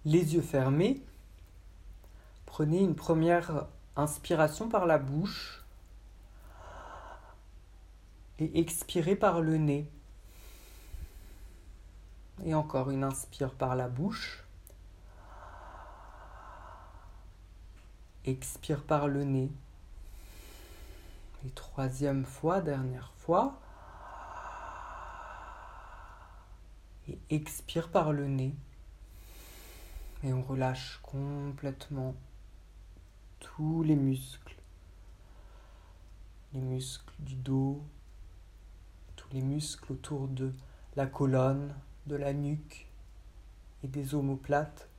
Les yeux fermés, prenez une première inspiration par la bouche et expirez par le nez. Et encore une inspire par la bouche. Expire par le nez. Et troisième fois, dernière fois. Et expire par le nez. Et on relâche complètement tous les muscles. Les muscles du dos, tous les muscles autour de la colonne, de la nuque et des omoplates.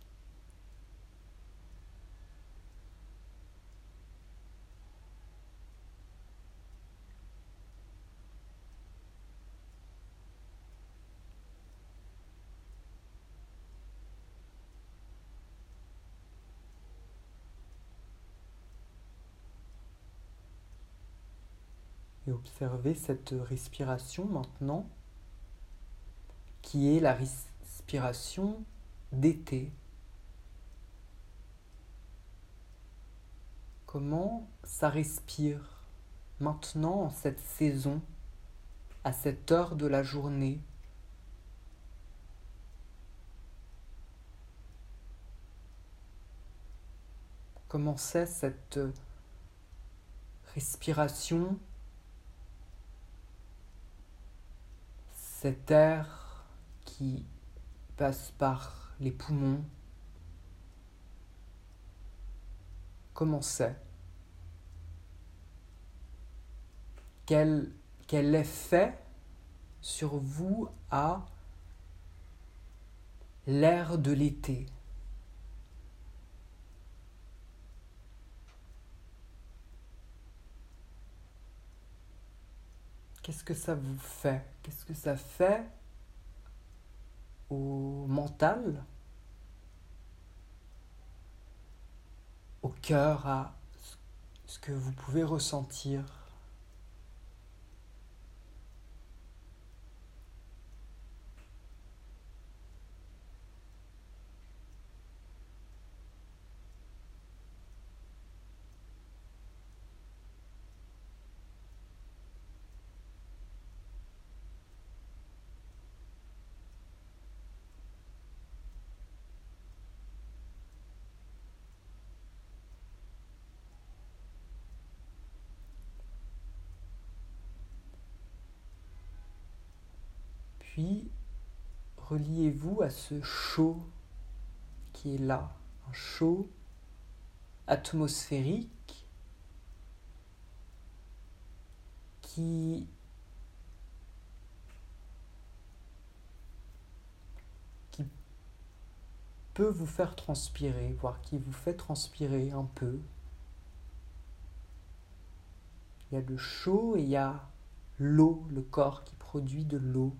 Et observez cette respiration maintenant, qui est la respiration d'été. Comment ça respire maintenant en cette saison, à cette heure de la journée? Comment c'est cette respiration, cet air qui passe par les poumons? Comment c'est? Quel effet sur vous a l'air de l'été? Qu'est-ce que ça vous fait? Qu'est-ce que ça fait au mental, au cœur, à ce que vous pouvez ressentir? Puis, reliez-vous à ce chaud qui est là, un chaud atmosphérique qui peut vous faire transpirer, voire qui vous fait transpirer un peu. Il y a le chaud et il y a l'eau, le corps qui produit de l'eau.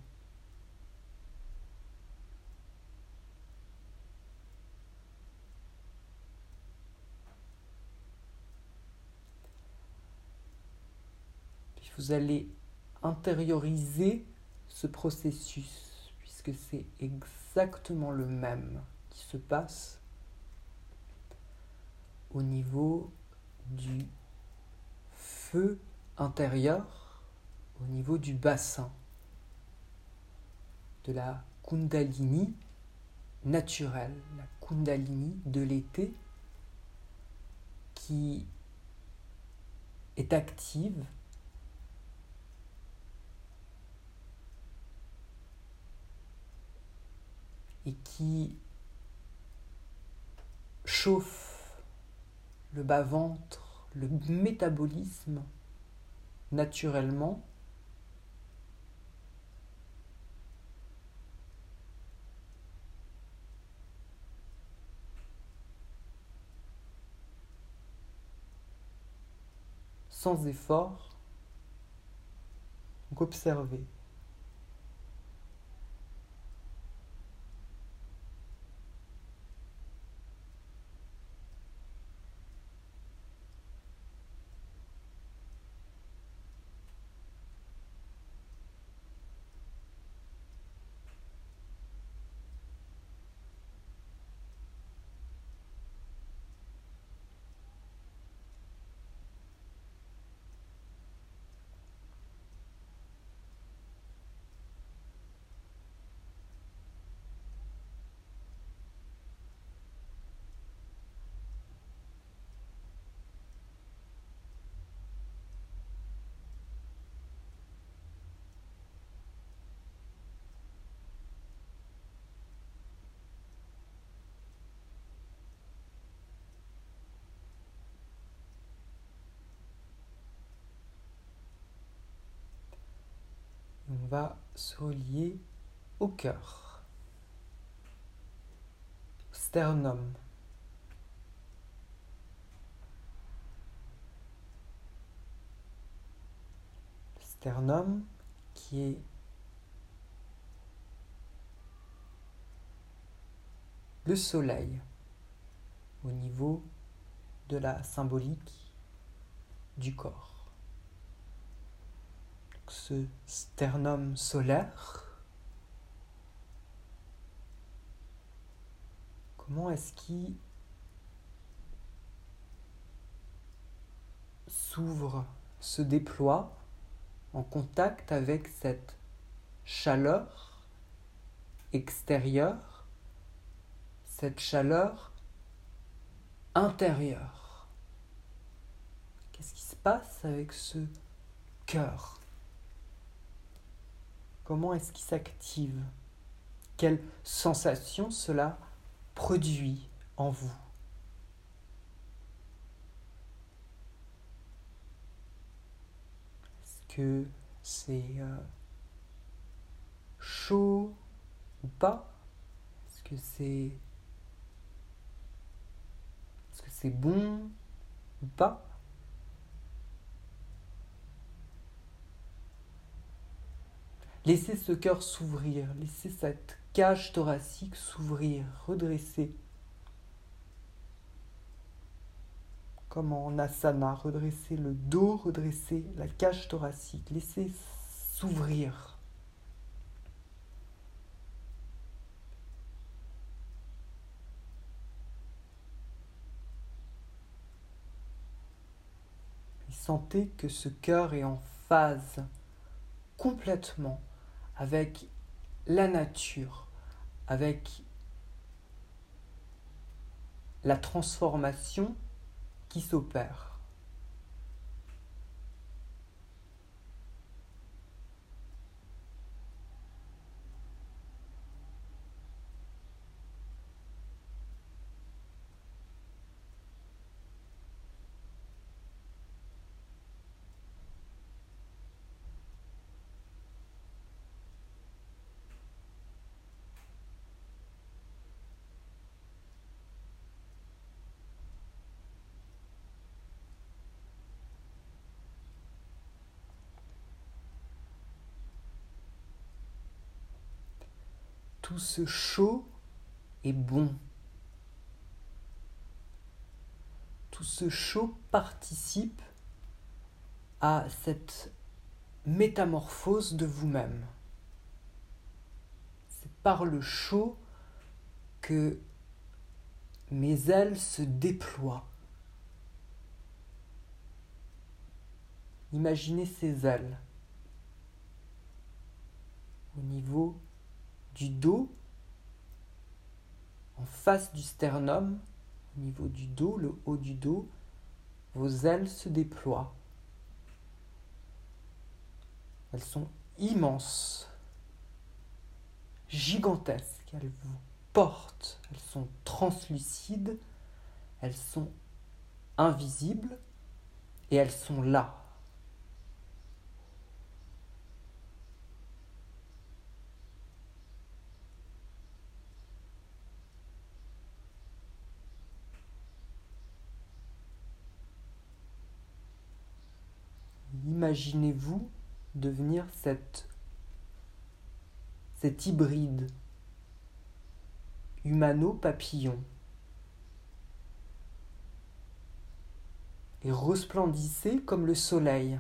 Puis vous allez intérioriser ce processus, puisque c'est exactement le même qui se passe au niveau du feu intérieur, au niveau du bassin, de la Kundalini naturelle, la Kundalini de l'été qui est active et qui chauffe le bas-ventre, le métabolisme naturellement, sans effort. Donc observez. va se relier au cœur, au sternum. Le sternum qui est le soleil au niveau de la symbolique du corps. Donc, ce sternum solaire, comment est-ce qu'il s'ouvre, se déploie en contact avec cette chaleur extérieure, cette chaleur intérieure. Qu'est-ce qui se passe avec ce cœur? Comment est-ce qu'il s'active? Quelle sensation cela produit en vous? Est-ce que c'est chaud ou pas? Est-ce que c'est bon ou pas? Laissez ce cœur s'ouvrir, laissez cette cage thoracique s'ouvrir, redresser. Comme en asana, redresser le dos, redresser la cage thoracique, laissez s'ouvrir. Et sentez que ce cœur est en phase complètement avec la nature, avec la transformation qui s'opère. Tout ce chaud est bon. Tout ce chaud participe à cette métamorphose de vous-même. C'est par le chaud que mes ailes se déploient. Imaginez ces ailes au niveau du dos, en face du sternum, au niveau du dos, le haut du dos, vos ailes se déploient. Elles sont immenses, gigantesques, elles vous portent, elles sont translucides, elles sont invisibles et elles sont là. Imaginez-vous devenir cet hybride humano-papillon et resplendissez comme le soleil.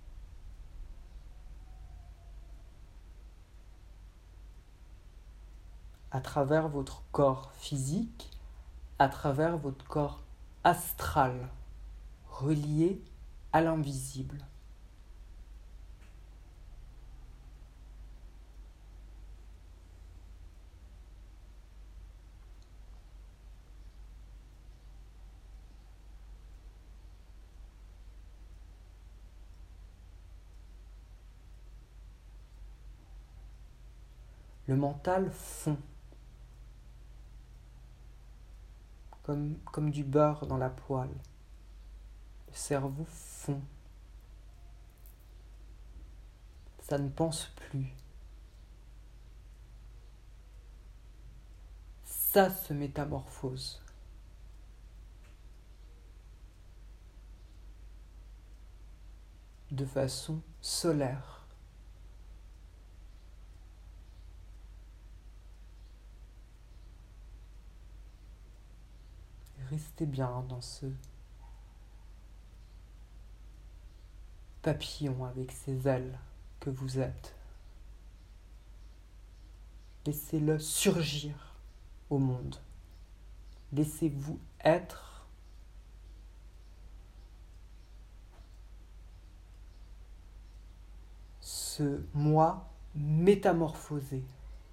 À travers votre corps physique, à travers votre corps astral, relié à l'invisible. Le mental fond, comme du beurre dans la poêle. Le cerveau fond. Ça ne pense plus. ça se métamorphose. De façon solaire. Restez bien dans ce papillon avec ses ailes que vous êtes. Laissez-le surgir au monde. Laissez-vous être ce moi métamorphosé.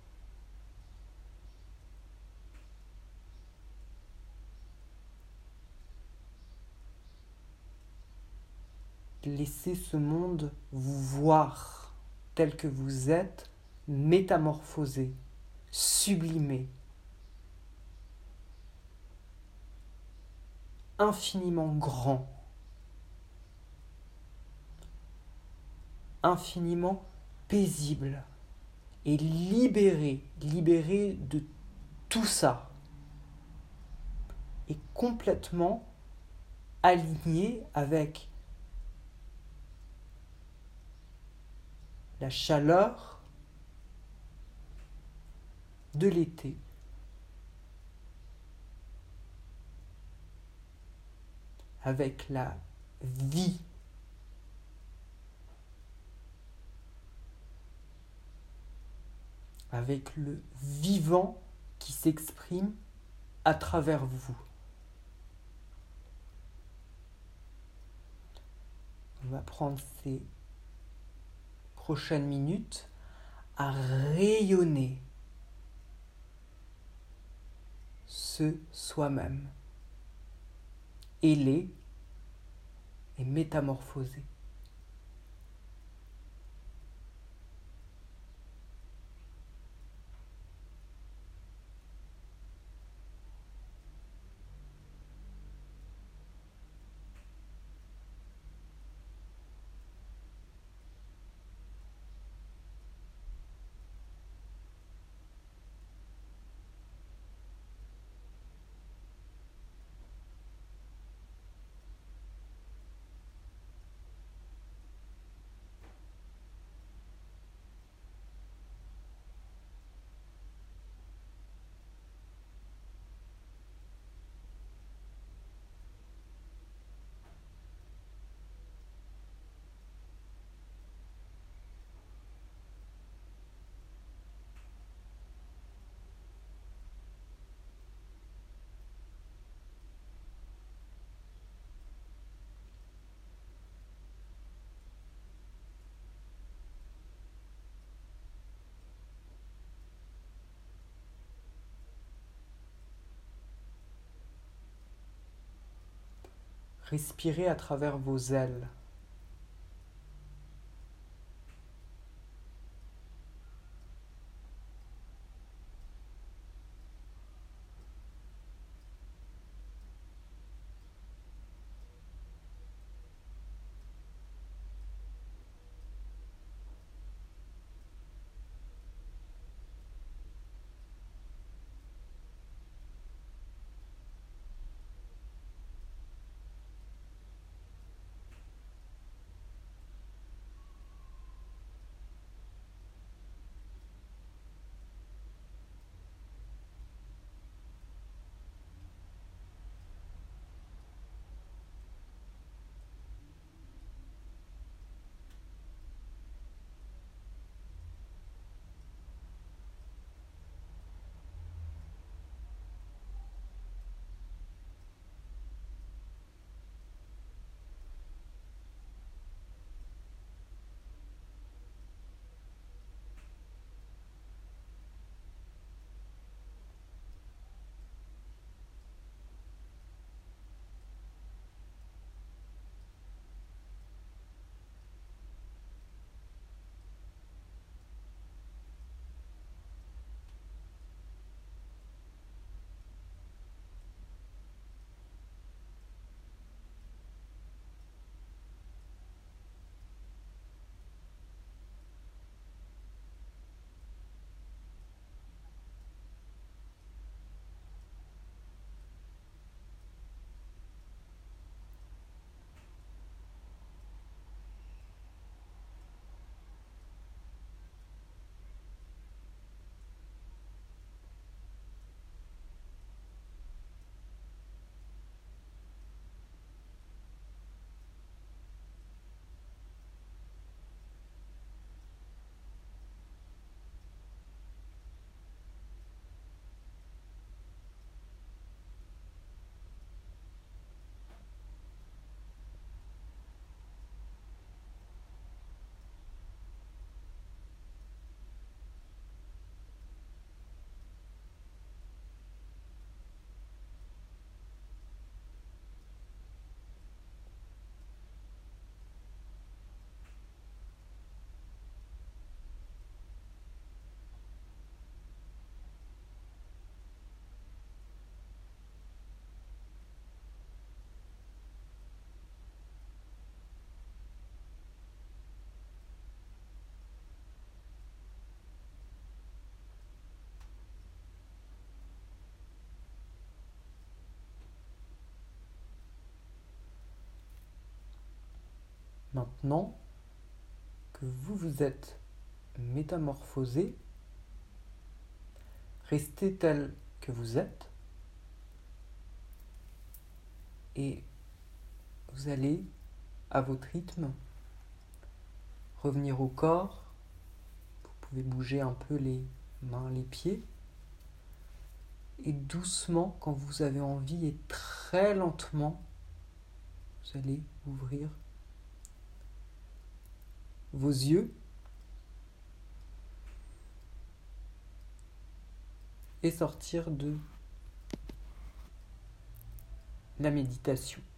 Laissez ce monde vous voir tel que vous êtes, métamorphosé, sublimé, infiniment grand, infiniment paisible et libéré de tout ça, et complètement aligné avec la chaleur de l'été. Avec la vie. Avec le vivant qui s'exprime à travers vous. On va prendre ces prochaines minutes à rayonner ce soi-même, ailé et métamorphosé. Respirez à travers vos ailes. Maintenant que vous vous êtes métamorphosé, restez tel que vous êtes et vous allez, à votre rythme, revenir au corps. Vous pouvez bouger un peu les mains, les pieds. Et doucement, quand vous avez envie, et très lentement, vous allez ouvrir vos yeux et sortir de la méditation.